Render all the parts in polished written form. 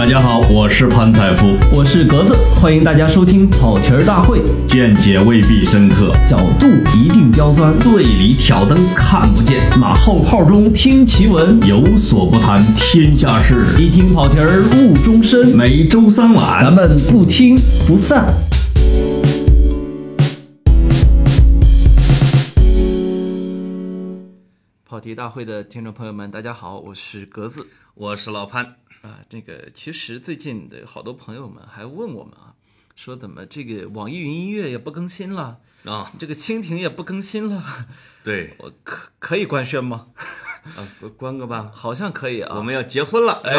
大家好，我是潘采夫， 我是格子，欢迎大家收听跑题儿大会。 见解未必深刻， 角度一定刁钻， 醉里挑灯看不见， 马后炮中听奇闻， 有所不谈天下事， 一听跑题儿误终身。 每周3晚， 咱们不听不散。跑题大会的听众朋友们，大家好，我是格子， 我是老潘其实最近的好多朋友们还问我们说怎么这个网易云音乐也不更新了这个蜻蜓也不更新了。 对， 我可以官宣吗？ 关个吧， 好像可以啊。 我们要结婚了，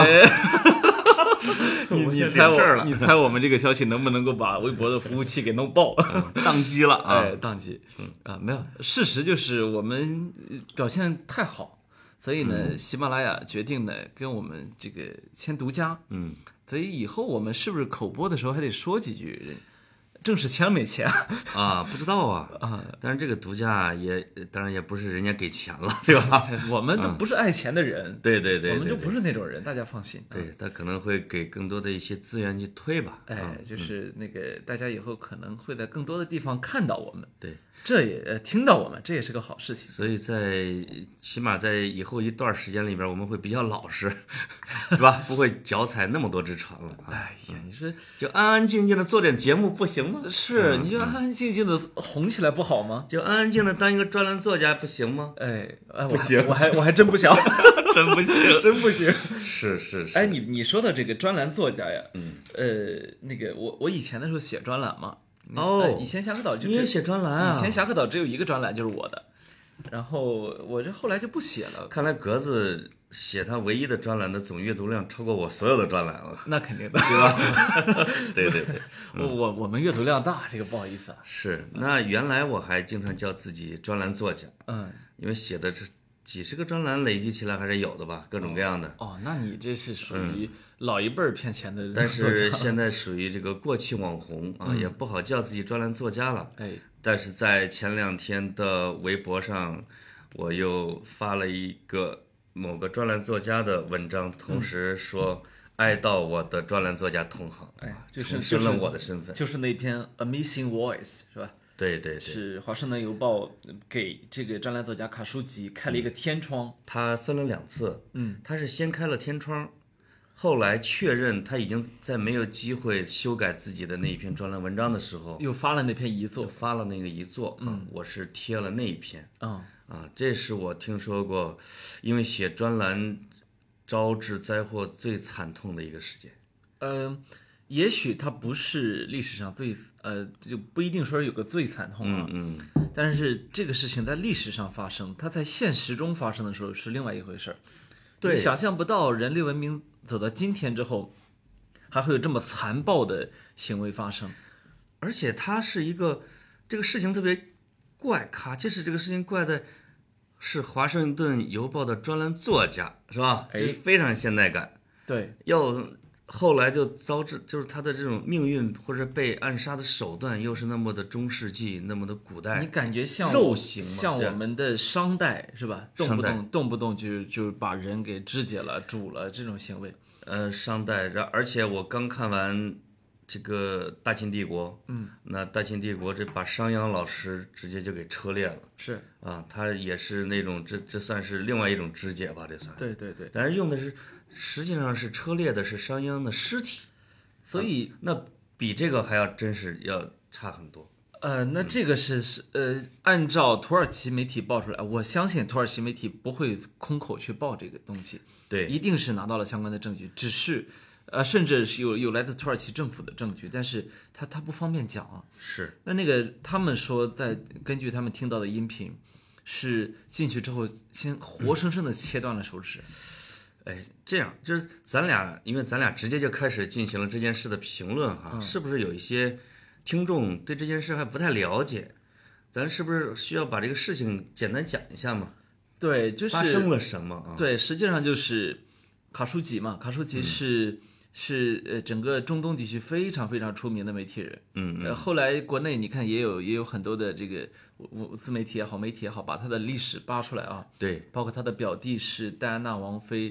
你猜我们这个消息能不能够把微博的服务器给弄爆？ 宕机了宕机。没有，事实就是我们表现太好。所以呢，喜马拉雅决定呢跟我们这个签独家，所以以后我们是不是口播的时候还得说几句，正式签没签不知道但是这个独家当然也不是人家给钱了，对吧？ 我们都不是爱钱的人， 对， 我们就不是那种人，大家放心。 对，他可能会给更多的一些资源去推吧。 就是那个大家以后可能会在更多的地方看到我们。 对。 这也听到我们，这也是个好事情。 所以起码在以后一段时间里边，我们会比较老实，是吧？不会脚踩那么多只船了。 哎呀，你说就安安静静的做点节目不行吗？ 是，你就安安静静的红起来不好吗？ 就安安静的当一个专栏作家不行吗？ 不行，我还真不想， 真不行， 真不行。 是。 你说的这个专栏作家呀，那个我以前的时候写专栏嘛。以前侠客岛你也写专栏以前侠客岛只有一个专栏，就是我的，然后我这后来就不写了。 看来格子写他唯一的专栏的总阅读量超过我所有的专栏了。 那肯定的， 对吧？对， 我们阅读量大，这个不好意思是，那原来我还经常叫自己专栏作家，因为写的这几十个专栏累积起来还是有的吧，各种各样的。 那你这是属于老一辈儿骗钱的人， 但是现在属于这个过气网红也不好叫自己专栏作家了。但是在前2天的微博上，我又发了一个某个专栏作家的文章，同时说哀悼我的专栏作家同行，重申了我的身份， 就是那篇《A Missing Voice》是吧？ 对， 是华盛顿邮报给这个专栏作家卡舒吉开了一个天窗。 他分了2次，他是先开了天窗，后来确认他已经在没有机会修改自己的那一篇专栏文章的时候， 又发了那篇遗作， 发了那个遗作，我是贴了那一篇，这是我听说过，因为写专栏招致灾祸最惨痛的一个事件。 也许它不是历史上最就不一定说有个最惨痛但是这个事情在历史上发生，它在现实中发生的时候是另外一回事儿。 对， 你想象不到人类文明走到今天之后，还会有这么残暴的行为发生。 而且它是一个这个事情特别怪就是这个事情怪在是华盛顿邮报的专栏作家，是吧？这是非常现代感。 对， 后来就遭致，就是他的这种命运或者被暗杀的手段，又是那么的中世纪，那么的古代。你感觉像肉刑， 像我们的商代是吧？动不动就把人给肢解了、煮了这种行为。 商代，而且我刚看完这个大秦帝国，那大秦帝国这把商鞅老师直接就给车裂了。 是他也是那种这算是另外一种肢解吧？这算。 对， 但是用的是。实际上是车裂的是商鞅的尸体， 所以那比这个还要真是要差很多。 那这个是按照土耳其媒体爆出来，我相信土耳其媒体不会空口去报这个东西， 对， 一定是拿到了相关的证据，只是甚至是有来自土耳其政府的证据，但是他不方便讲是， 那个他们说根据他们听到的音频，是进去之后先活生生的切断了手指。 这样就是因为咱俩直接就开始进行了这件事的评论是不是有一些听众对这件事还不太了解？咱是不是需要把这个事情简单讲一下嘛？ 对，就是发生了什么对，实际上就是卡舒吉嘛，卡舒吉是整个中东地区非常非常出名的媒体人。后来国内你看也有很多的这个自媒体也好，媒体也好，把他的历史扒出来对， 包括他的表弟是戴安娜王妃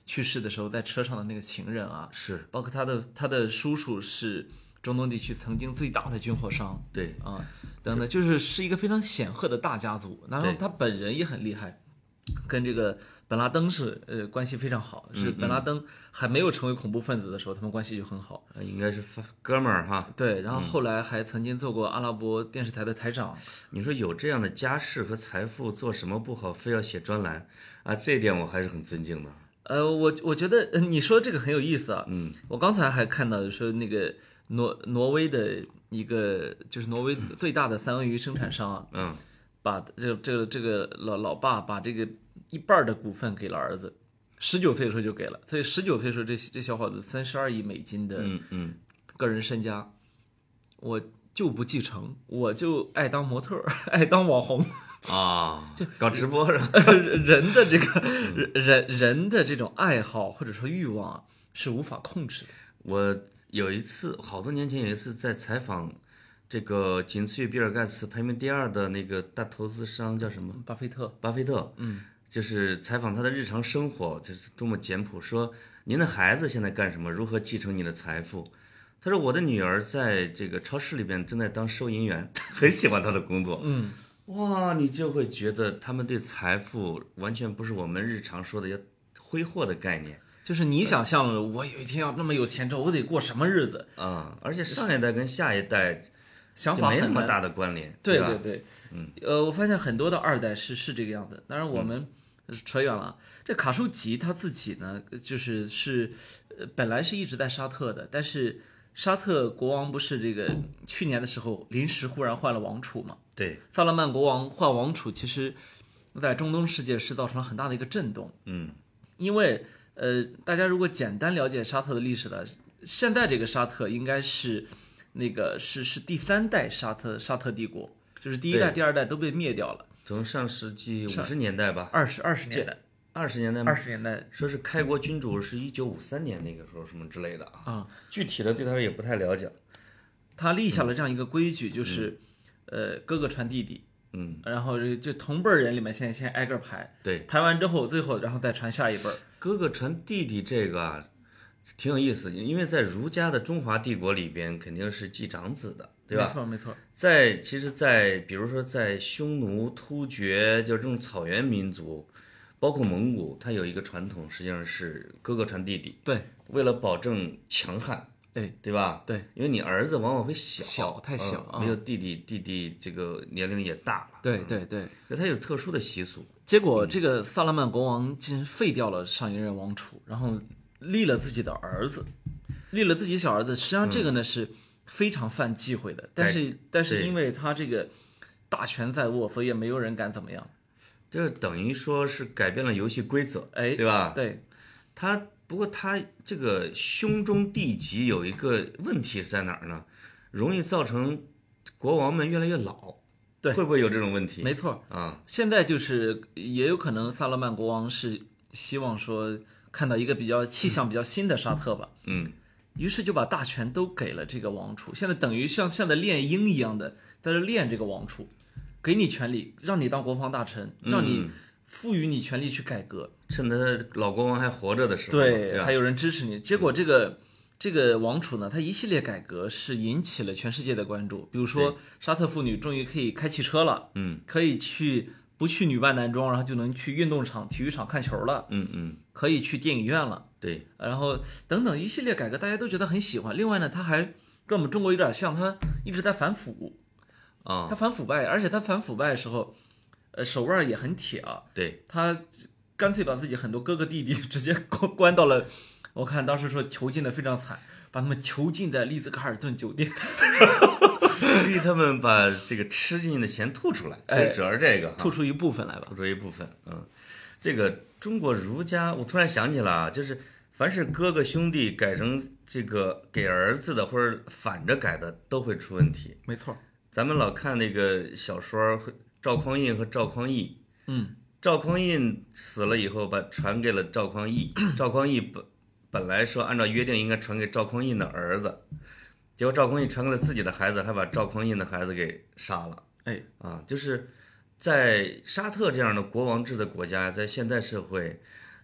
去世的时候在车上的那个情人啊， 是， 包括他的叔叔是中东地区曾经最大的军火商， 对啊，等等，是一个非常显赫的大家族。然后他本人也很厉害，跟这个本拉登是关系非常好，是本拉登还没有成为恐怖分子的时候，他们关系就很好， 应该是哥们儿哈。 对，然后后来还曾经做过阿拉伯电视台的台长。 你说有这样的家世和财富，做什么不好，非要写专栏啊？这一点我还是很尊敬的。 我觉得你说这个很有意思啊。我刚才还看到说那个挪威的一个就是挪威最大的三文鱼生产商啊，把这个老爸把这个一半的股份给了儿子，19岁的时候就给了，所以19岁的时候这小伙子32亿美金的个人身家，我就不继承，我就爱当模特，爱当网红。 啊，就搞直播是吧？ 人的这个人的这种爱好或者说欲望是无法控制的。 我有一次，好多年前有一次在采访这个仅次于比尔盖茨排名第2的那个大投资商叫什么？ 巴菲特。 就是采访他的日常生活，就是多么简朴。说您的孩子现在干什么？如何继承你的财富？他说我的女儿在这个超市里边正在当收银员，很喜欢她的工作。哇，你就会觉得他们对财富完全不是我们日常说的要挥霍的概念， 就是你想象了，我有一天要那么有钱之后，我得过什么日子啊？而且上一代跟下一代想法没那么大的关联， 对吧？ 对，我发现很多的二代是这个样子。当然我们扯远了。这卡舒吉他自己呢，就是本来是一直在沙特的，但是沙特国王不是这个去年的时候临时忽然换了王储嘛？ 对， 萨勒曼国王换王储，其实在中东世界是造成了很大的一个震动。因为大家如果简单了解沙特的历史的，现在这个沙特应该是那个是第3代沙特帝国，就是第1代、第2代都被灭掉了。 从上世纪50年代吧 ，20年代 ，20年代 ，20年代说是开国君主是1953年那个时候什么之类的啊，具体的对他也不太了解。 他立下了这样一个规矩，就是哥哥传弟弟，然后就同辈人里面先挨个排， 对， 排完之后最后然后再传下一辈儿。 哥哥传弟弟这个啊，挺有意思，因为在儒家的中华帝国里边肯定是继长子的，对吧？ 没错。 其实在比如说在匈奴、突厥，就这种草原民族，包括蒙古，它有一个传统，实际上是哥哥传弟弟。 对， 为了保证强悍，对吧？ 对， 因为你儿子往往会太小， 没有弟弟这个年龄也大了。 对， 所以他有特殊的习俗。 结果这个萨勒曼国王竟然废掉了上一任王储，然后立了自己的儿子，立了自己小儿子。实际上这个呢是非常犯忌讳的，但是因为他这个大权在握，所以也没有人敢怎么样。 这等于说是改变了游戏规则，对吧？ 对， 不过他这个兄终弟及有一个问题是在哪儿呢？容易造成国王们越来越老。 对， 会不会有这种问题？ 没错啊， 现在就是也有可能萨勒曼国王是希望说看到一个比较气象比较新的沙特吧，于是就把大权都给了这个王储，现在等于像在练鹰一样的在这练这个王储，给你权力，让你当国防大臣，让你赋予你权力去改革， 趁他老国王还活着的时候， 对，还有人支持你。结果这个王储呢，他一系列改革是引起了全世界的关注。比如说，沙特妇女终于可以开汽车了，可以不去女扮男装，然后就能去运动场、体育场看球了，可以去电影院了， 对， 然后等等一系列改革，大家都觉得很喜欢。另外呢，他还跟我们中国有点像，他一直在反腐啊，他反腐败，而且他反腐败的时候，手腕也很铁啊， 对， 他干脆把自己很多哥哥弟弟直接关到了。我看当时说囚禁的非常惨，把他们囚禁在丽兹卡尔顿酒店， 逼他们把这个吃进的钱吐出来，主要是这个， 吐出一部分来吧， 吐出一部分。这个中国儒家，我突然想起了啊，就是凡是哥哥兄弟改成这个给儿子的或者反着改的，都会出问题。 没错， 咱们老看那个小说，赵匡胤和赵匡义，赵匡胤死了以后，把传给了赵匡义，赵匡义本来说按照约定应该传给赵匡胤的儿子，结果赵匡胤传给了自己的孩子，还把赵匡胤的孩子给杀了。就是在沙特这样的国王制的国家，在现代社会，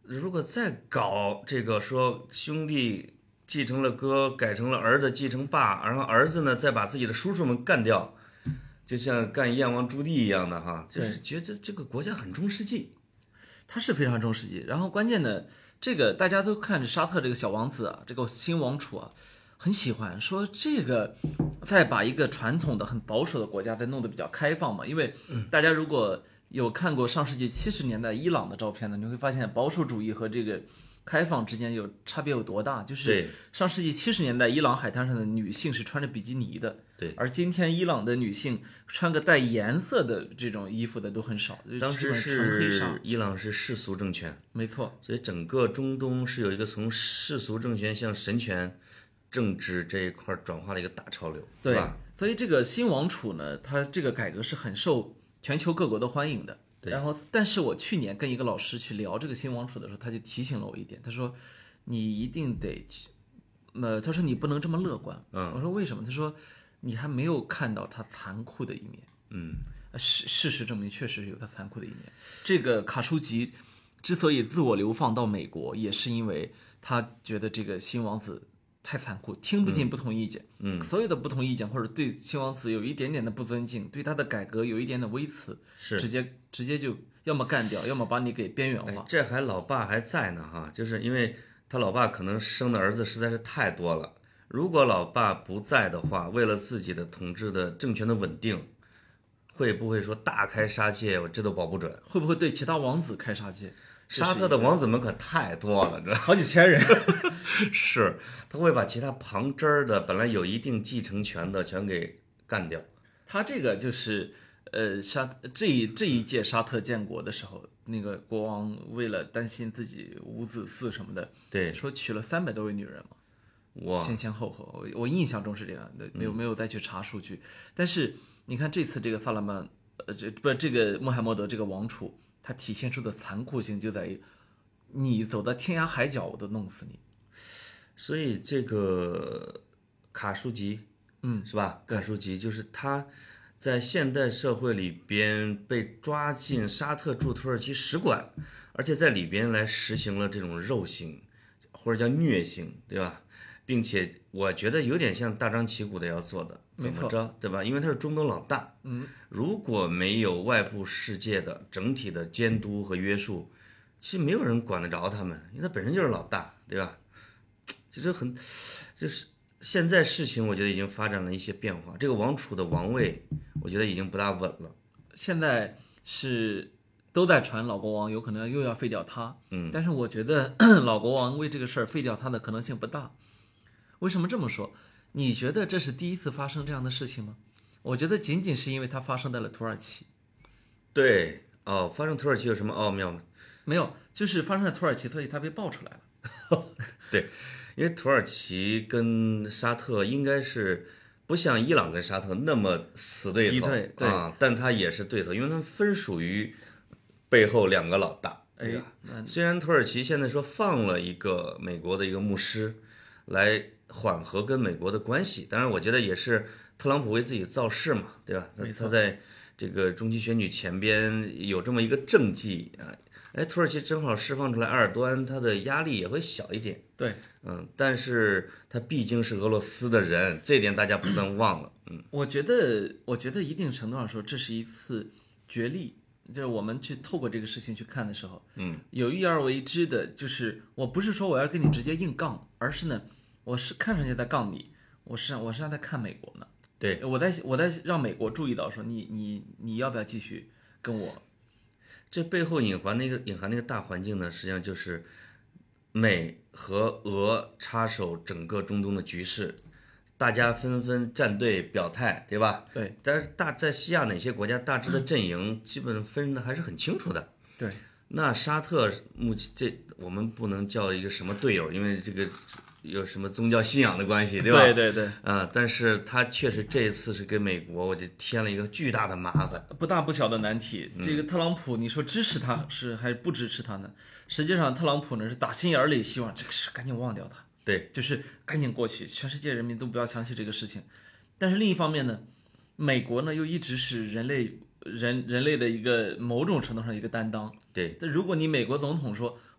如果再搞这个说兄弟继承了哥，改成了儿子继承爸，然后儿子呢再把自己的叔叔们干掉，就像干燕王朱棣一样的哈，就是觉得这个国家很中世纪。 他是非常中世纪，然后关键呢，这个大家都看着沙特这个小王子啊，这个新王储啊，很喜欢说这个，再把一个传统的很保守的国家再弄得比较开放嘛，因为大家如果有看过上世纪70年代伊朗的照片呢，你会发现保守主义和这个开放之间有差别有多大。就是上世纪70年代伊朗海滩上的女性是穿着比基尼的， 对， 而今天伊朗的女性穿个带颜色的这种衣服的都很少。 当时是伊朗是世俗政权， 没错， 所以整个中东是有一个从世俗政权向神权政治这一块转化的一个大潮流， 对吧？ 所以这个新王储呢，他这个改革是很受全球各国的欢迎的。然后，但是我去年跟一个老师去聊这个新王储的时候，他就提醒了我一点，他说你一定得去，他说你不能这么乐观。我说为什么？他说你还没有看到他残酷的一面。事实证明确实是有他残酷的一面。这个卡舒吉之所以自我流放到美国，也是因为他觉得这个新王子太残酷，听不进不同意见。所有的不同意见或者对新王子有一点点的不尊敬，对他的改革有一点的微词， 是直接就要么干掉，要么把你给边缘化。 这还老爸还在呢哈，就是因为他老爸可能生的儿子实在是太多了。如果老爸不在的话，为了自己的统治的政权的稳定，会不会说大开杀戒？这都保不准。 会不会对其他王子开杀戒？ 沙特的王子们可太多了， 好几千人。 是，他会把其他旁支儿的本来有一定继承权的全给干掉。 他这个就是这一届沙特建国的时候，那个国王为了担心自己无子嗣什么的， 对， 说娶了300多位女人嘛。 哇， 前后，我印象中是这样的，没有再去查数据。但是你看这次这个萨拉曼，这个穆罕默德这个王储。它体现出的残酷性就在于，你走到天涯海角，我都弄死你。 所以这个卡舒吉，是吧？卡舒吉就是他在现代社会里边被抓进沙特驻土耳其使馆，而且在里边来实行了这种肉刑，或者叫虐刑，对吧？并且我觉得有点像大张旗鼓的要做的，怎么着，对吧？因为他是中东老大，如果没有外部世界的整体的监督和约束，其实没有人管得着他们，因为他本身就是老大，对吧？就是现在事情，我觉得已经发展了一些变化。这个王储的王位，我觉得已经不大稳了。 现在是都在传老国王有可能又要废掉他，但是我觉得老国王为这个事儿废掉他的可能性不大。为什么这么说？你觉得这是第一次发生这样的事情吗？我觉得仅仅是因为它发生在了土耳其。 对，发生土耳其有什么奥妙吗？ 没有，就是发生在土耳其，所以它被爆出来了。 对，因为土耳其跟沙特应该是不像伊朗跟沙特那么死对头啊，但它也是对头，因为它们分属于背后2个老大。虽然土耳其现在说放了一个美国的一个牧师来缓和跟美国的关系，当然我觉得也是特朗普为自己造势嘛，对吧？他在这个中期选举前边有这么一个政绩啊，土耳其正好释放出来埃尔多安，他的压力也会小一点。 对， 但是他毕竟是俄罗斯的人，这点大家不能忘了。 我觉得一定程度上说，这是一次角力。就是我们去透过这个事情去看的时候，有意而为之的，就是我不是说我要跟你直接硬杠，而是呢，我是看上去在杠你，我是在看美国呢。 对， 我在让美国注意到说你要不要继续跟我？ 这背后隐含那个大环境呢，实际上就是美和俄插手整个中东的局势。大家纷纷站队表态，对吧？ 对。 但是在西亚哪些国家大致的阵营基本分的还是很清楚的。 对。 那沙特目前我们不能叫一个什么队友，因为这个有什么宗教信仰的关系，对吧？ 对。 但是他确实这一次是给美国，我就添了一个巨大的麻烦， 不大不小的难题。这个特朗普，你说支持他还是不支持他呢？实际上，特朗普呢是打心眼里希望这个事赶紧忘掉他。 对， 就是赶紧过去，全世界人民都不要想起这个事情。但是另一方面呢，美国呢又一直是人类的一个某种程度上一个担当。 对， 如果你美国总统说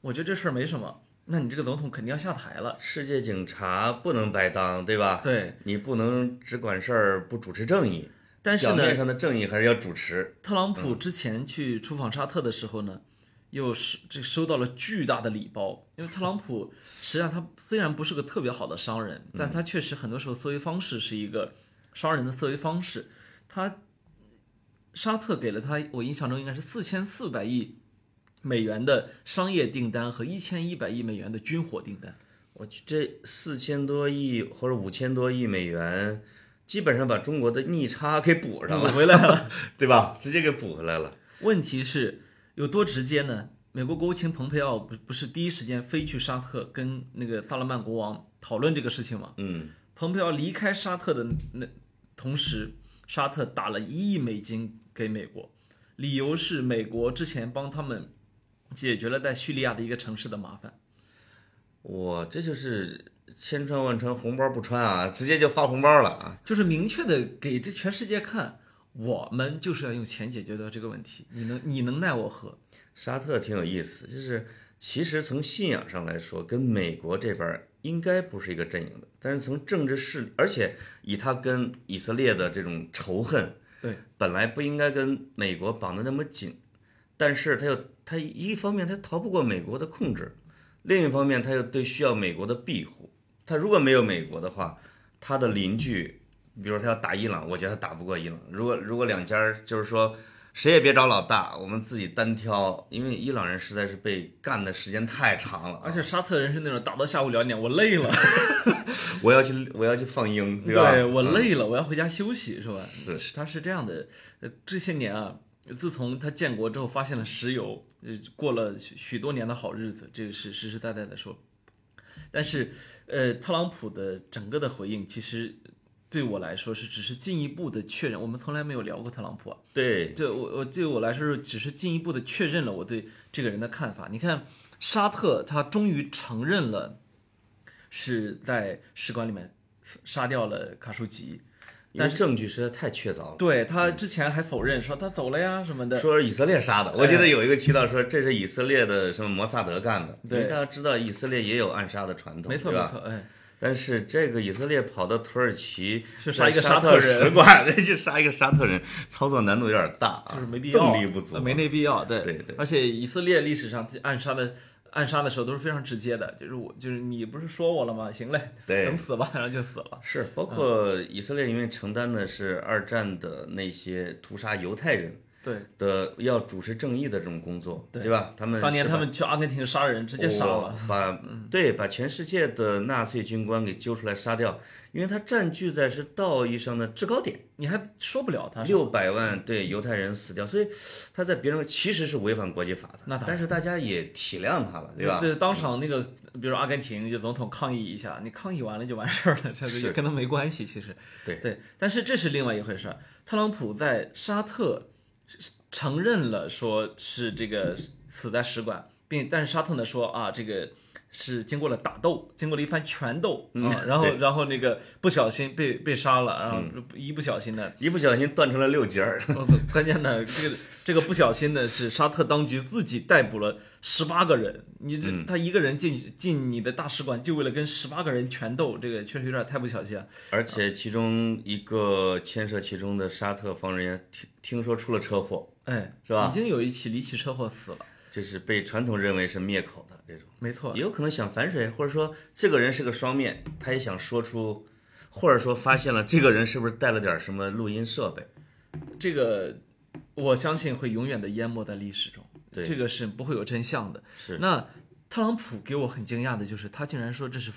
我觉得这事儿没什么，那你这个总统肯定要下台了。 世界警察不能白当，对吧？ 对， 你不能只管事儿不主持正义， 但是呢， 表面上的正义还是要主持。 特朗普之前去出访沙特的时候呢，又收到了巨大的礼包，因为特朗普实际上他虽然不是个特别好的商人，但他确实很多时候思维方式是一个商人的思维方式。沙特给了他，我印象中应该是4400亿美元的商业订单和1100亿美元的军火订单。 我去，这4000多亿或者5000多亿美元，基本上把中国的逆差给补上了， 补回来了， 对吧？直接给补回来了。 问题是有多直接呢？美国国务卿蓬佩奥不是第一时间飞去沙特跟那个萨勒曼国王讨论这个事情吗？蓬佩奥离开沙特的同时，沙特打了1亿美金给美国，理由是美国之前帮他们解决了在叙利亚的一个城市的麻烦。 哇，这就是千穿万穿红包不穿啊，直接就发红包了啊！ 就是明确的给这全世界看，我们就是要用钱解决掉这个问题，你能奈我何？ 沙特挺有意思，就是其实从信仰上来说，跟美国这边应该不是一个阵营的，但是从政治势力，而且以他跟以色列的这种仇恨， 对， 本来不应该跟美国绑得那么紧，但是他一方面他逃不过美国的控制，另一方面他又需要美国的庇护。他如果没有美国的话，他的邻居，比如他要打伊朗，我觉得他打不过伊朗。如果两家就是说谁也别找老大，我们自己单挑，因为伊朗人实在是被干的时间太长了， 而且沙特人是那种打到下午2点，我累了， 我要去放鹰，对吧？ 对，我累了，我要回家休息，是吧？ 是， 他是这样的。这些年啊，自从他建国之后，发现了石油，过了许多年的好日子，这个是实实在在的说。但是，特朗普的整个的回应，其实对我来说只是进一步的确认。我们从来没有聊过特朗普啊， 对， 对我来说，只是进一步的确认了我对这个人的看法。你看，沙特他终于承认了是在使馆里面杀掉了卡舒吉。 但是证据实在太确凿了。 对，他之前还否认说他走了呀什么的， 说是以色列杀的。我记得有一个渠道说这是以色列的什么摩萨德干的。 对， 大家知道以色列也有暗杀的传统， 没错没错，哎。 但是这个以色列跑到土耳其去杀一个沙特人使馆，去杀一个沙特人，操作难度有点大， 就是没必要， 动力不足， 没那必要。对对对。 而且以色列历史上暗杀的时候都是非常直接的，就是你不是说我了吗？行嘞，等死吧，然后就死了。 是，包括以色列因为承担的是2战的那些屠杀犹太人。 对的，要主持正义的这种工作，对吧？ 当年他们去阿根廷杀人，直接杀了， 把全世界的纳粹军官给揪出来杀掉，因为他占据在是道义上的制高点， 你还说不了他 600万对犹太人死掉，所以他在别人其实是违反国际法的，但是大家也体谅他了，对吧？ 这当场那个，比如阿根廷就总统抗议一下，你抗议完了就完事儿了，这个也跟他没关系，其实对，但是这是另外一回事。特朗普在沙特承认了说是这个死在使馆，但是沙特呢说啊，这个是经过了打斗，经过了一番拳斗啊，然后那个不小心被杀了，然后一不小心断成了6节儿。 关键呢，这个不小心呢是沙特当局自己逮捕了18个人，他一个人进你的大使馆就为了跟18个人拳斗，这个确实有点太不小心了。 而且其中一个牵涉其中的沙特方人员听说出了车祸，是吧？ 已经有一起离奇车祸死了。 就是被传统认为是灭口的这种， 没错， 也有可能想反水，或者说这个人是个双面，他也想说出，或者说发现了这个人是不是带了点什么录音设备， 这个我相信会永远的淹没在历史中， 对， 这个是不会有真相的。 是， 那特朗普给我很惊讶的就是他竟然说这是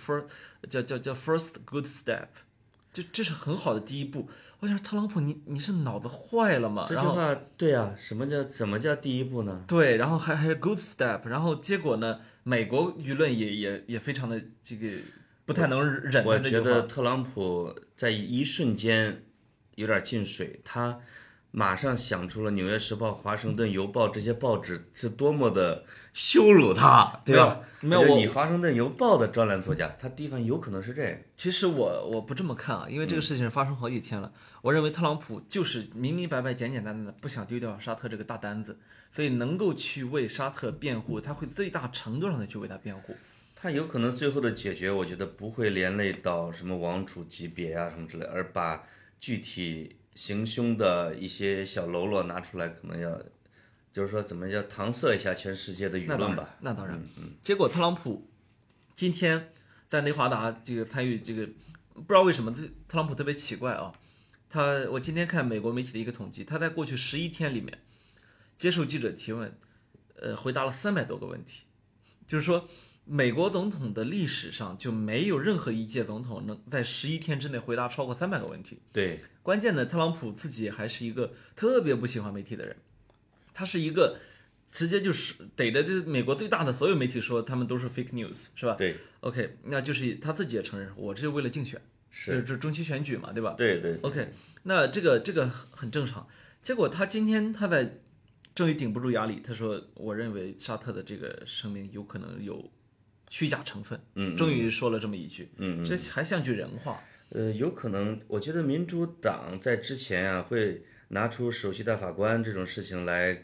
first good step。这是很好的第一步。我想特朗普你是脑子坏了吗？ 这句话对啊，怎么叫第一步呢？ 对，然后还是 good step， 然后结果呢，美国舆论也非常的这个不太能忍。 我觉得特朗普在一瞬间有点进水，他马上想出了《纽约时报》《华盛顿邮报》这些报纸是多么的羞辱他，对吧？ 没有， 你《华盛顿邮报》的专栏作家，他地方有可能是这样。 其实我不这么看啊，因为这个事情发生好几天了。我认为特朗普就是明明白白、简简单单的不想丢掉沙特这个大单子，所以能够去为沙特辩护，他会最大程度上的去为他辩护。 他有可能最后的解决，我觉得不会连累到什么王储级别啊什么之类，而把具体行凶的一些小喽啰拿出来，可能要，就是说怎么叫搪塞一下全世界的舆论吧。 那当然。结果特朗普今天在内华达这个参与这个，不知道为什么特朗普特别奇怪啊。我今天看美国媒体的一个统计，他在过去11天里面接受记者提问，回答了300多个问题，就是说美国总统的历史上就没有任何一届总统能在11天之内回答超过300个问题。 对， 关键的特朗普自己还是一个特别不喜欢媒体的人，他是一个直接就是逮着这美国最大的所有媒体说他们都是 fake news， 是吧？ 对 ，OK， 那就是他自己也承认，我这是为了竞选， 是这中期选举嘛，对吧？ 对对 ，OK， 那这个很正常。结果他今天他在终于顶不住压力，他说我认为沙特的这个声明有可能有虚假成分，终于说了这么一句，这还像句人话。 有可能，我觉得民主党在之前啊会拿出首席大法官这种事情来，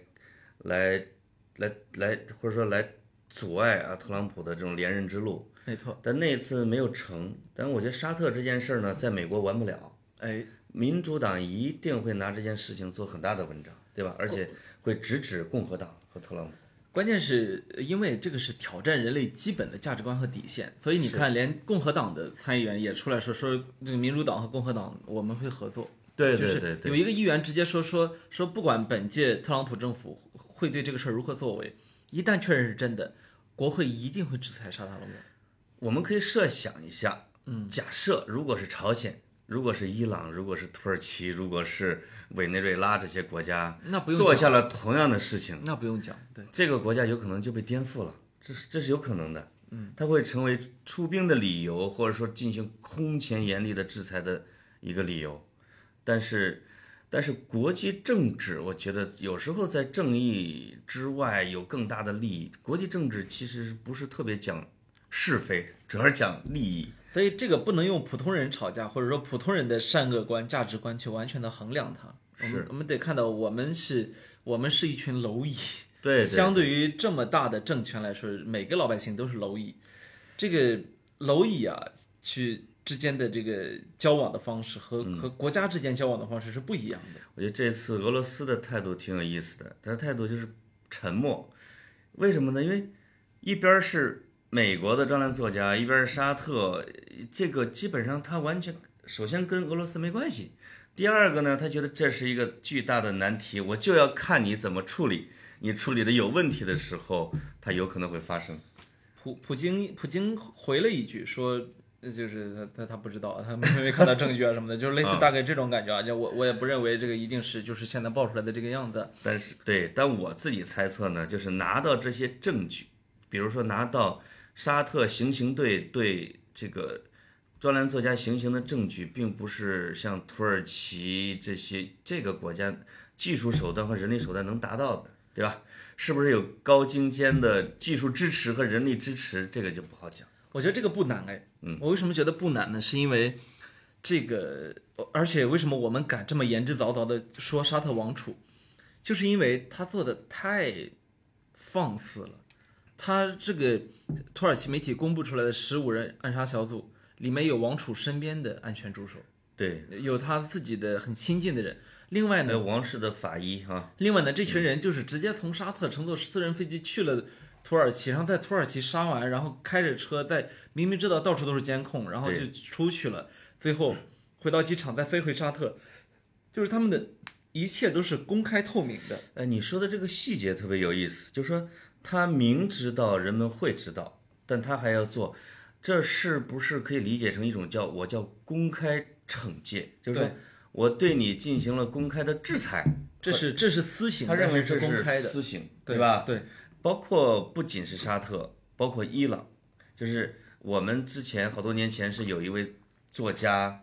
或者说来阻碍啊特朗普的这种连任之路。 没错， 但那次没有成。但我觉得沙特这件事儿呢，在美国完不了。 哎， 民主党一定会拿这件事情做很大的文章，对吧？而且会直指共和党和特朗普。 关键是因为这个是挑战人类基本的价值观和底线，所以你看，连共和党的参议员也出来说这个民主党和共和党我们会合作。 对， 就是有一个议员直接说不管本届特朗普政府会对这个事儿如何作为，一旦确认是真的，国会一定会制裁沙特阿拉伯。 我们可以设想一下，假设如果是朝鲜，如果是伊朗，如果是土耳其，如果是委内瑞拉这些国家， 那不用做下了同样的事情， 那不用讲，对， 这个国家有可能就被颠覆了，这是有可能的。它会成为出兵的理由，或者说进行空前严厉的制裁的一个理由。但是国际政治，我觉得有时候在正义之外有更大的利益。国际政治其实不是特别讲是非，主要是讲利益。 所以这个不能用普通人吵架，或者说普通人的善恶观、价值观去完全的衡量它。我们得看到，我们是一群蝼蚁。 对， 相对于这么大的政权来说，每个老百姓都是蝼蚁。这个蝼蚁啊，之间的这个交往的方式和国家之间交往的方式是不一样的。 我觉得这次俄罗斯的态度挺有意思的，他的态度就是沉默。为什么呢？因为一边是美国的专栏作家，一边是沙特，这个基本上他完全首先跟俄罗斯没关系，第二个呢，他觉得这是一个巨大的难题，我就要看你怎么处理。你处理的有问题的时候，它有可能会发生。 普京回了一句说，就是他不知道，他没看到证据啊什么的，就是类似大概这种感觉啊。就我也不认为这个一定是就是现在爆出来的这个样子。 但我自己猜测呢，就是拿到这些证据，比如说拿到沙特行刑队对这个专栏作家行刑的证据，并不是像土耳其这个国家技术手段和人力手段能达到的。对吧？是不是有高精尖的技术支持和人力支持？这个就不好讲。 我觉得这个不难哎。我为什么觉得不难呢？是因为这个，而且为什么我们敢这么言之凿凿的说沙特王储，就是因为他做的太放肆了。他这个土耳其媒体公布出来的15人暗杀小组里面有王储身边的安全助手， 对， 有他自己的很亲近的人。另外呢， 王室的法医哈。 另外呢，这群人就是直接从沙特乘坐私人飞机去了土耳其，然后在土耳其杀完，然后开着车明明知道到处都是监控，然后就出去了，最后回到机场再飞回沙特，就是他们的一切都是公开透明的。 你说的这个细节特别有意思，就是说他明知道人们会知道，但他还要做，这是不是可以理解成一种叫公开惩戒？就是说我对你进行了公开的制裁， 这是私刑， 他认为这是公开的私刑，对吧？ 对， 包括不仅是沙特，包括伊朗，就是我们之前好多年前是有一位作家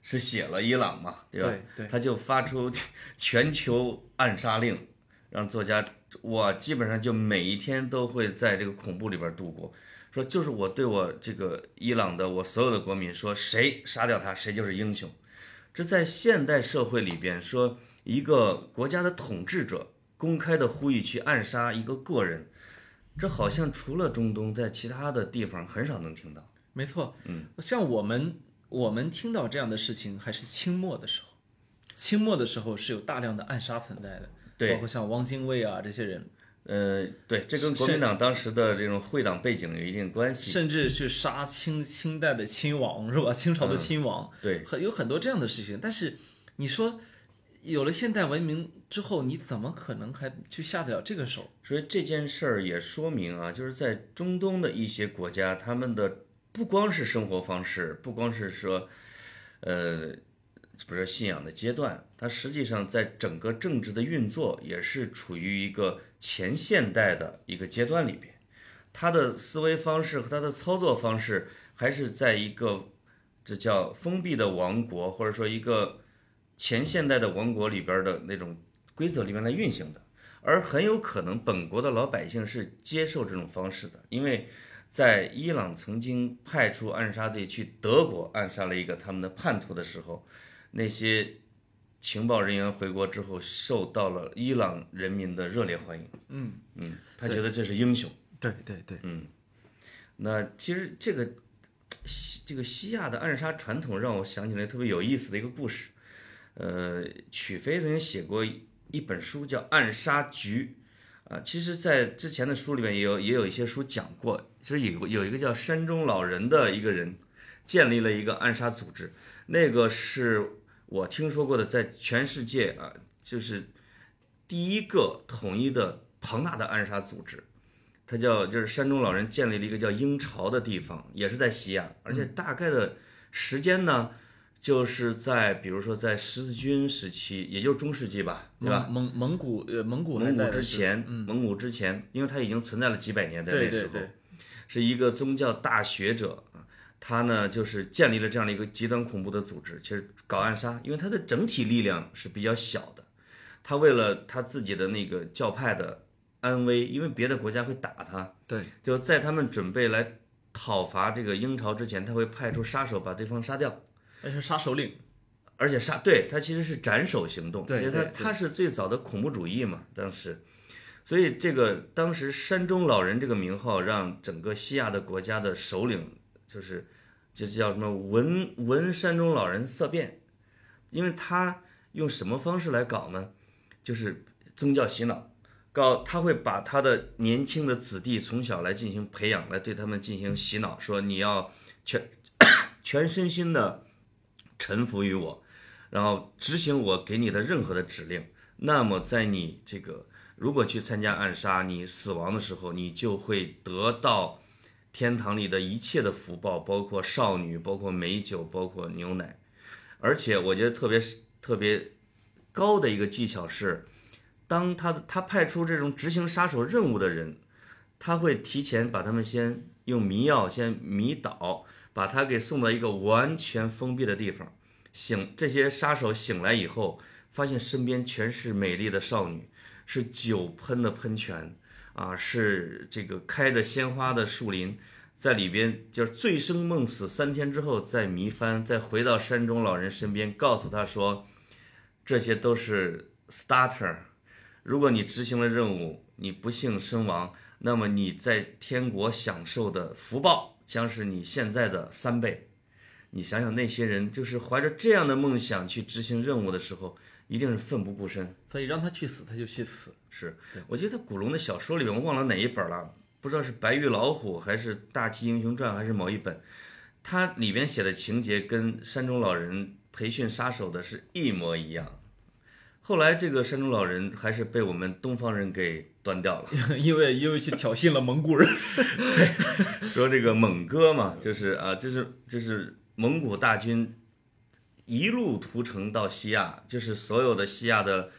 是写了伊朗嘛，对吧？ 对， 他就发出全球暗杀令，让作家我基本上就每一天都会在这个恐怖里边度过。说就是我对我这个伊朗的我所有的国民说，谁杀掉他谁就是英雄。这在现代社会里边说，一个国家的统治者公开的呼吁去暗杀一个个人，这好像除了中东，在其他的地方很少能听到。 没错，像我们听到这样的事情还是清末的时候，清末的时候是有大量的暗杀存在的， 对， 包括像汪精卫啊这些人。 对，这跟国民党当时的这种会党背景有一定关系， 甚至去杀清代的亲王，是吧？清朝的亲王， 对， 有很多这样的事情。但是你说，有了现代文明之后，你怎么可能还去下得了这个手？ 所以这件事儿也说明啊，就是在中东的一些国家，他们的不光是生活方式，不光是说，不是信仰的阶段，它实际上在整个政治的运作也是处于一个前现代的一个阶段里边，它的思维方式和它的操作方式还是在一个这叫封闭的王国，或者说一个前现代的王国里边的那种规则里面来运行的，而很有可能本国的老百姓是接受这种方式的，因为在伊朗曾经派出暗杀队去德国暗杀了一个他们的叛徒的时候，那些情报人员回国之后受到了伊朗人民的热烈欢迎。他觉得这是英雄。 对， 那其实这个西亚的暗杀传统让我想起来特别有意思的一个故事。曲飞曾经写过一本书叫《暗杀局》啊，其实，在之前的书里面也有一些书讲过，就是有一个叫山中老人的一个人建立了一个暗杀组织，那个是我听说过的，在全世界啊，就是第一个统一的庞大的暗杀组织。他就是山中老人建立了一个叫鹰巢的地方，也是在西亚，而且大概的时间呢，就是在比如说在十字军时期，也就是中世纪吧，对吧？ 蒙古之前，蒙古之前，因为它已经存在了几百年，在那时候，是一个宗教大学者，他呢就是建立了这样的一个极端恐怖的组织，其实搞暗杀，因为他的整体力量是比较小的，他为了他自己的那个教派的安危，因为别的国家会打他， 对， 就在他们准备来讨伐这个鹰巢之前，他会派出杀手把对方杀掉。 那是杀首领， 而且对他其实是斩首行动， 对， 他是最早的恐怖主义嘛，当时，所以这个当时山中老人这个名号让整个西亚的国家的首领就叫什么闻山中老人色变，因为他用什么方式来搞呢？就是宗教洗脑，他会把他的年轻的子弟从小来进行培养，来对他们进行洗脑，说你要全身心的臣服于我，然后执行我给你的任何的指令。那么在你这个如果去参加暗杀，你死亡的时候，你就会得到天堂里的一切的福报，包括少女，包括美酒，包括牛奶。而且我觉得特别高的一个技巧是，当他派出这种执行杀手任务的人，他会提前把他们先用迷药先迷倒，把他给送到一个完全封闭的地方。这些杀手醒来以后，发现身边全是美丽的少女，是酒喷的喷泉啊，是这个开着鲜花的树林，在里边就是醉生梦死，3天之后再迷翻，再回到山中老人身边，告诉他说，这些都是 starter， 如果你执行了任务，你不幸身亡，那么你在天国享受的福报将是你现在的3倍。你想想那些人就是怀着这样的梦想去执行任务的时候，一定是奋不顾身。 所以让他去死他就去死。 是，我记得古龙的小说里面，我忘了哪一本了，不知道是白玉老虎还是大旗英雄传还是某一本，它里边写的情节跟山中老人培训杀手的是一模一样。后来这个山中老人还是被我们东方人给端掉了， 因为去挑衅了蒙古人。 对，说这个蒙哥嘛，就是蒙古大军一路屠城到西亚，就是所有的西亚的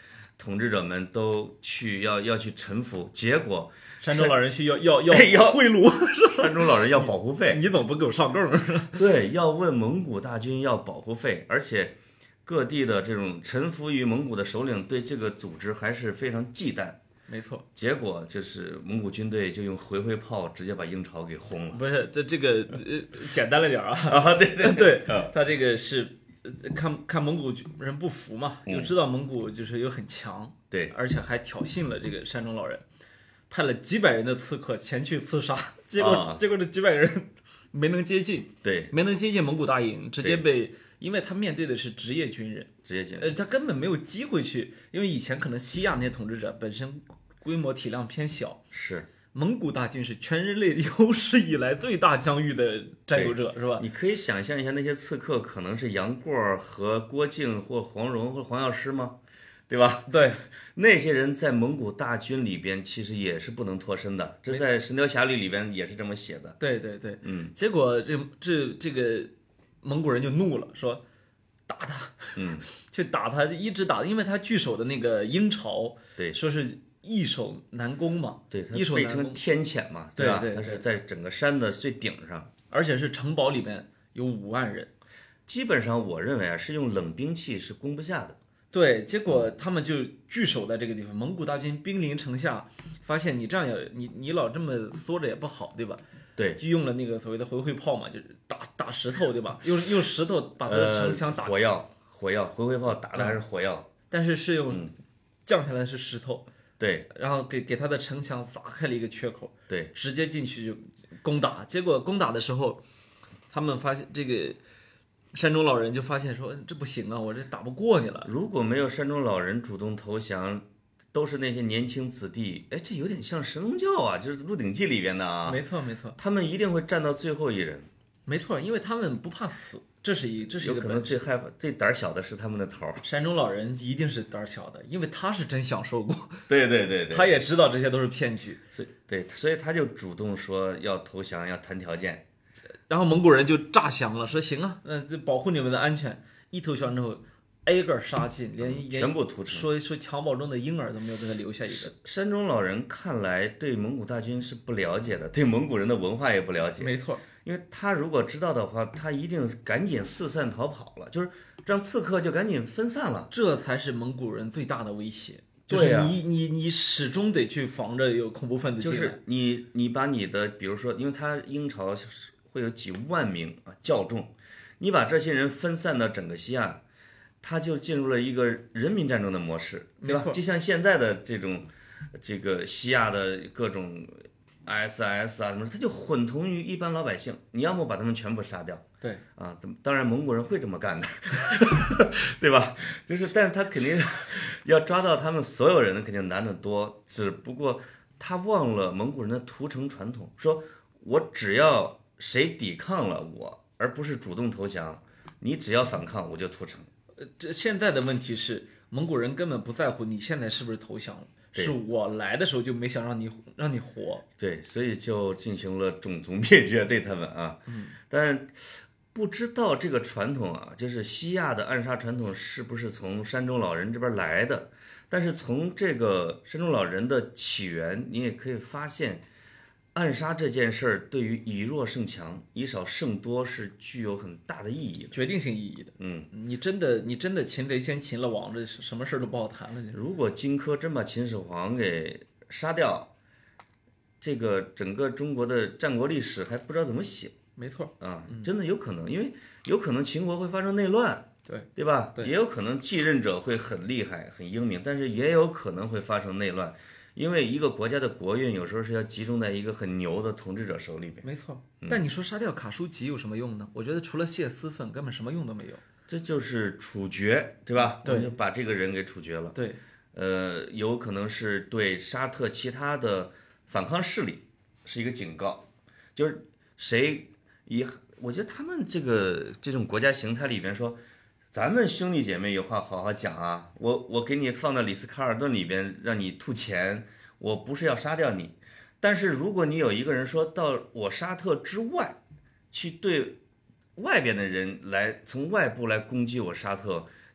统治者们都要去臣服，结果山中老人需要贿赂， 山中老人要保护费， 你怎么不给我上供？ 对，要问蒙古大军要保护费，而且各地的这种臣服于蒙古的首领对这个组织还是非常忌惮。 没错， 结果就是蒙古军队就用回回炮直接把英朝给轰了。 不是，这个简单了点啊。 对， 他这个是看蒙古人不服嘛，又知道蒙古就是又很强， 对， 而且还挑衅了这个山中老人，派了几百人的刺客前去刺杀，结果这几百个人没能接近， 对， 没能接近蒙古大营，直接被。因为他面对的是职业军人，他根本没有机会去，因为以前可能西亚那些统治者本身规模体量偏小， 是蒙古大军是全人类有史以来最大疆域的占有者，是吧？ 你可以想象一下，那些刺客可能是杨过和郭靖或黄蓉或黄药师吗？对吧？ 对， 那些人在蒙古大军里边其实也是不能脱身的，这在《神雕侠侣》里边也是这么写的。 对，结果这个。蒙古人就怒了，说打他，去打他，一直打，因为他据守的那个鹰巢， 对， 说是易守难攻嘛， 对， 易守难攻， 被称天堑嘛，对吧？它是在整个山的最顶上， 而且是城堡里面有5万人， 基本上我认为啊，是用冷兵器是攻不下的。 对，结果他们就据守在这个地方，蒙古大军兵临城下，发现你这样你老这么缩着也不好，对吧？ 对， 就用了那个所谓的回回炮嘛，就是打石头，对吧？用石头把他的城墙打。 火药，回回炮打的还是火药， 但是用降下来是石头。 对， 然后给他的城墙砸开了一个缺口。 对， 直接进去就攻打。结果攻打的时候，他们发现这个山中老人就发现说，这不行啊，我这打不过你了。 如果没有山中老人主动投降。都是那些年轻子弟，哎，这有点像神龙教啊，就是《鹿鼎记》里边的啊。 没错， 他们一定会站到最后一人。 没错，因为他们不怕死，这是一个有可能最害怕、最胆小的是他们的头。 山中老人一定是胆小的，因为他是真享受过。 对， 他也知道这些都是骗局， 所以他就主动说要投降，要谈条件。 然后蒙古人就诈降了，说行啊，保护你们的安全。一投降之后。挨个杀尽，连全部屠城。 说襁褓中的婴儿都没有给他留下一个。 山中老人看来对蒙古大军是不了解的，对蒙古人的文化也不了解。 没错， 因为他如果知道的话，他一定赶紧四散逃跑了，就是让刺客就赶紧分散了。 这才是蒙古人最大的威胁。就是你始终得去防着有恐怖分子进来。 就是你把你的，比如说，因为他英朝会有几万名啊教众，你把这些人分散到整个西亚。他就进入了一个人民战争的模式，对吧？就像现在的这个西亚的各种 ISIS 啊什么，他就混同于一般老百姓。你要么把他们全部杀掉， 对啊，当然蒙古人会这么干的，对吧？但是他肯定要抓到他们所有人，肯定难得多。只不过他忘了蒙古人的屠城传统，说我只要谁抵抗了我，而不是主动投降，你只要反抗我就屠城。 这现在的问题是，蒙古人根本不在乎你现在是不是投降了，是我来的时候就没想让你活。 对，所以就进行了种族灭绝对他们啊。但不知道这个传统啊，就是西亚的暗杀传统是不是从山中老人这边来的？但是从这个山中老人的起源，你也可以发现。暗杀这件事儿对于以弱胜强、以少胜多是具有很大的意义的， 决定性意义的。你真的擒贼先擒了王，这什么事儿都不好谈了。 如果荆轲真把秦始皇给杀掉，这个整个中国的战国历史还不知道怎么写。 没错啊，真的有可能，因为有可能秦国会发生内乱，对吧？也有可能继任者会很厉害、很英明，但是也有可能会发生内乱。因为一个国家的国运有时候是要集中在一个很牛的统治者手里边。 没错，但你说杀掉卡舒吉有什么用呢？我觉得除了泄私愤，根本什么用都没有。 这就是处决，对吧？ 对， 就把这个人给处决了。 对， 有可能是对沙特其他的反抗势力是一个警告，就是我觉得他们这种国家形态里边说。咱们兄弟姐妹有话好好讲啊！我给你放到里斯卡尔顿里边，让你吐钱，我不是要杀掉你，但是如果你有一个人说到我沙特之外，去对外边的人来从外部来攻击我沙特，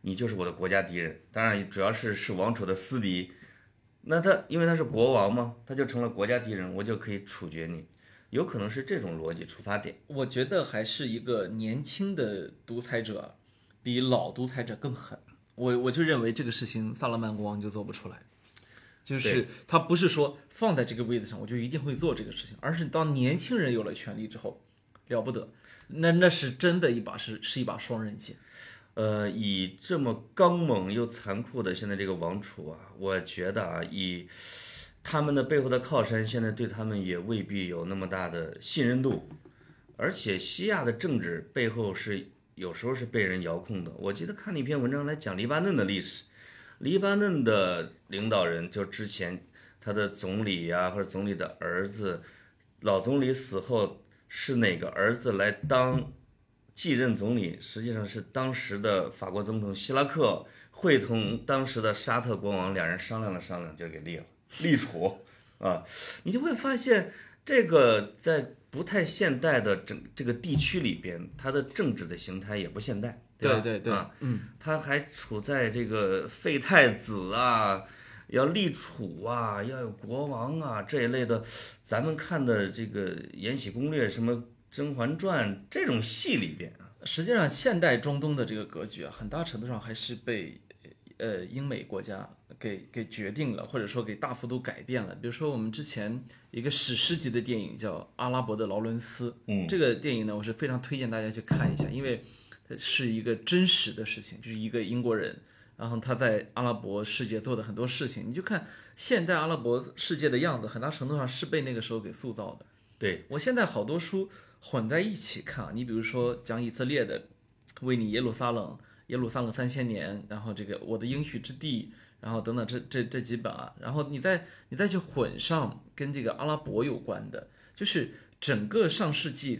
你就是我的国家敌人。当然，主要是王储的私敌。那因为他是国王嘛，他就成了国家敌人，我就可以处决你。有可能是这种逻辑出发点。 我觉得还是一个年轻的独裁者比老独裁者更狠。我就认为这个事情萨勒曼国王就做不出来，就是他不是说放在这个位子上我就一定会做这个事情，而是当年轻人有了权力之后，了不得，那是真的是一把双刃剑。 以这么刚猛又残酷的现在这个王储啊，我觉得啊，以他们的背后的靠山，现在对他们也未必有那么大的信任度，而且西亚的政治背后有时候是被人遥控的。我记得看了一篇文章来讲黎巴嫩的历史，黎巴嫩的领导人就之前他的总理呀，或者总理的儿子，老总理死后是哪个儿子来当继任总理，实际上是当时的法国总统希拉克会同当时的沙特国王两人商量了商量就给立储啊。你就会发现这个在不太现代的这个地区里边，它的政治的形态也不现代，对吧？ 对啊， 它还处在这个废太子啊，要立储啊，要有国王啊这一类的，咱们看的这个《延禧攻略》什么《甄嬛传》这种戏里边啊。 实际上现代中东的这个格局啊，很大程度上还是被英美国家给决定了，或者说给大幅度改变了。比如说我们之前一个史诗级的电影叫《阿拉伯的劳伦斯》，这个电影呢，我是非常推荐大家去看一下，因为它是一个真实的事情，就是一个英国人，然后他在阿拉伯世界做的很多事情，你就看现代阿拉伯世界的样子，很大程度上是被那个时候给塑造的。 对， 我现在好多书混在一起看啊，你比如说讲以色列的，为你耶路撒冷3000年，然后这个我的应许之地，然后等等这几本啊，然后你再去混上跟这个阿拉伯有关的，就是整个上世纪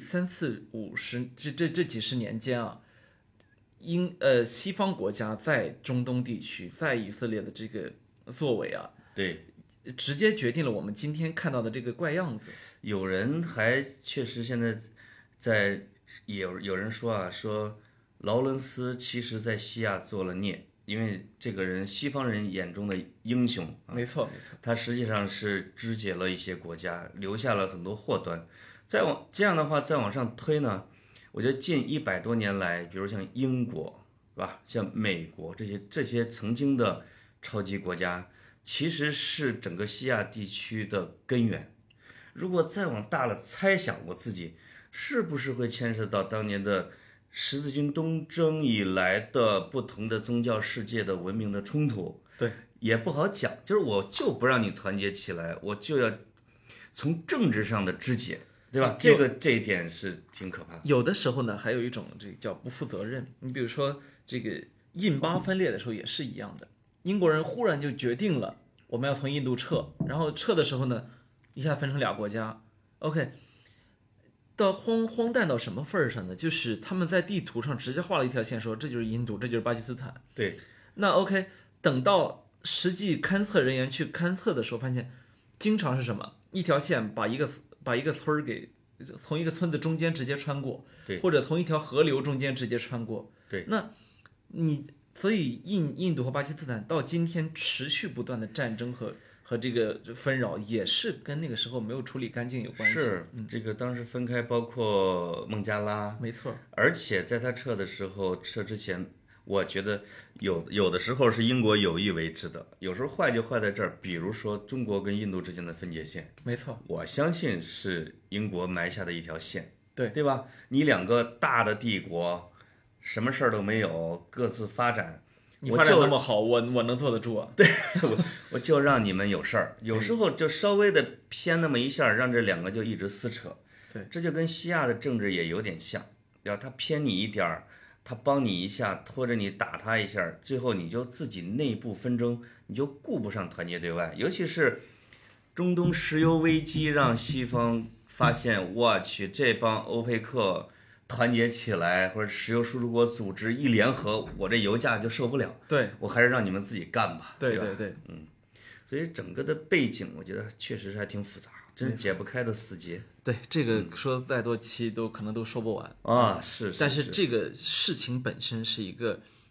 3、4、50这几十年间啊，西方国家在中东地区，在以色列的这个作为啊， 对， 直接决定了我们今天看到的这个怪样子。 有人还确实现在有人说啊，说劳伦斯其实在西亚做了孽，因为这个人西方人眼中的英雄啊， 没错， 他实际上是肢解了一些国家，留下了很多祸端。这样的话再往上推呢，我觉得近100多年来，比如像英国，是吧？像美国这些曾经的超级国家，其实是整个西亚地区的根源。如果再往大了猜想，我自己是不是会牵涉到当年的十字军东征以来的不同的宗教世界的文明的冲突？ 对， 也不好讲。就是我就不让你团结起来，我就要从政治上的肢解，对吧？这一点是挺可怕的。 有的时候呢，还有一种这个叫不负责任。你比如说这个印巴分裂的时候也是一样的，英国人忽然就决定了我们要从印度撤，然后撤的时候呢，一下分成俩国家。OK， 到荒诞到什么份儿上呢？就是他们在地图上直接画了一条线，说这就是印度，这就是巴基斯坦。 对， 那 OK， 等到实际勘测人员去勘测的时候，发现经常是什么？一条线把一个村儿给从一个村子中间直接穿过， 对， 或者从一条河流中间直接穿过。 对， 那所以印度和巴基斯坦到今天持续不断的战争和这个纷扰，也是跟那个时候没有处理干净有关系。 是，这个当时分开，包括孟加拉， 没错。 而且在他撤的时候，撤之前，我觉得有的时候是英国有意为之的，有时候坏就坏在这儿。比如说中国跟印度之间的分界线， 没错， 我相信是英国埋下的一条线， 对吧？你两个大的帝国，什么事儿都没有，各自发展。 你发展那么好，我能坐得住啊？ 对，我就让你们有事儿，有时候就稍微的偏那么一下，让这两个就一直撕扯。 对， 这就跟西亚的政治也有点像，要他偏你一点儿，他帮你一下，拖着你打他一下，最后你就自己内部纷争，你就顾不上团结对外。尤其是中东石油危机，让西方发现，我去，这帮欧佩克团结起来，或者石油输出国组织一联合，我这油价就受不了。 对， 我还是让你们自己干吧。 对吧？ 对， 所以整个的背景，我觉得确实是还挺复杂，真解不开的死结。 对，这个说再多期可能都说不完啊。是， 但是这个事情本身是一个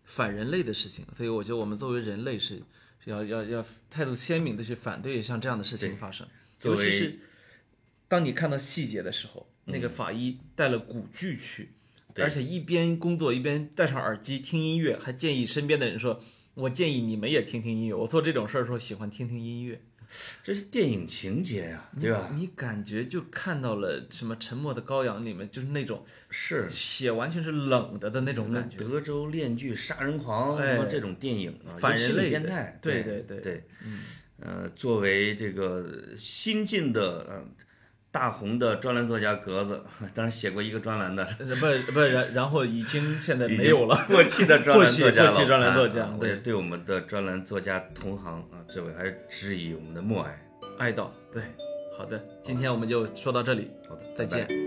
反人类的事情，所以我觉得我们作为人类是要态度鲜明的去反对像这样的事情发生，尤其是当你看到细节的时候，那个法医带了古剧去，而且一边工作一边戴上耳机听音乐，还建议身边的人说，我建议你们也听听音乐，我做这种事儿的时候喜欢听听音乐。 这是电影情节呀，对吧？ 你感觉就看到了什么《沉默的羔羊》里面就是那种是血完全是冷的那种感觉， 德州链锯杀人狂什么这种电影啊， 反人类变态， 对， 作为这个新晋的大红的专栏作家格子，当然写过一个专栏的， 不，然后已经现在没有了， 过气的专栏作家， 过气专栏作家， 我也对我们的专栏作家同行啊，这位还是致以我们的默哀、 哀悼。对，好的，今天我们就说到这里， 好的， 再见。 拜拜。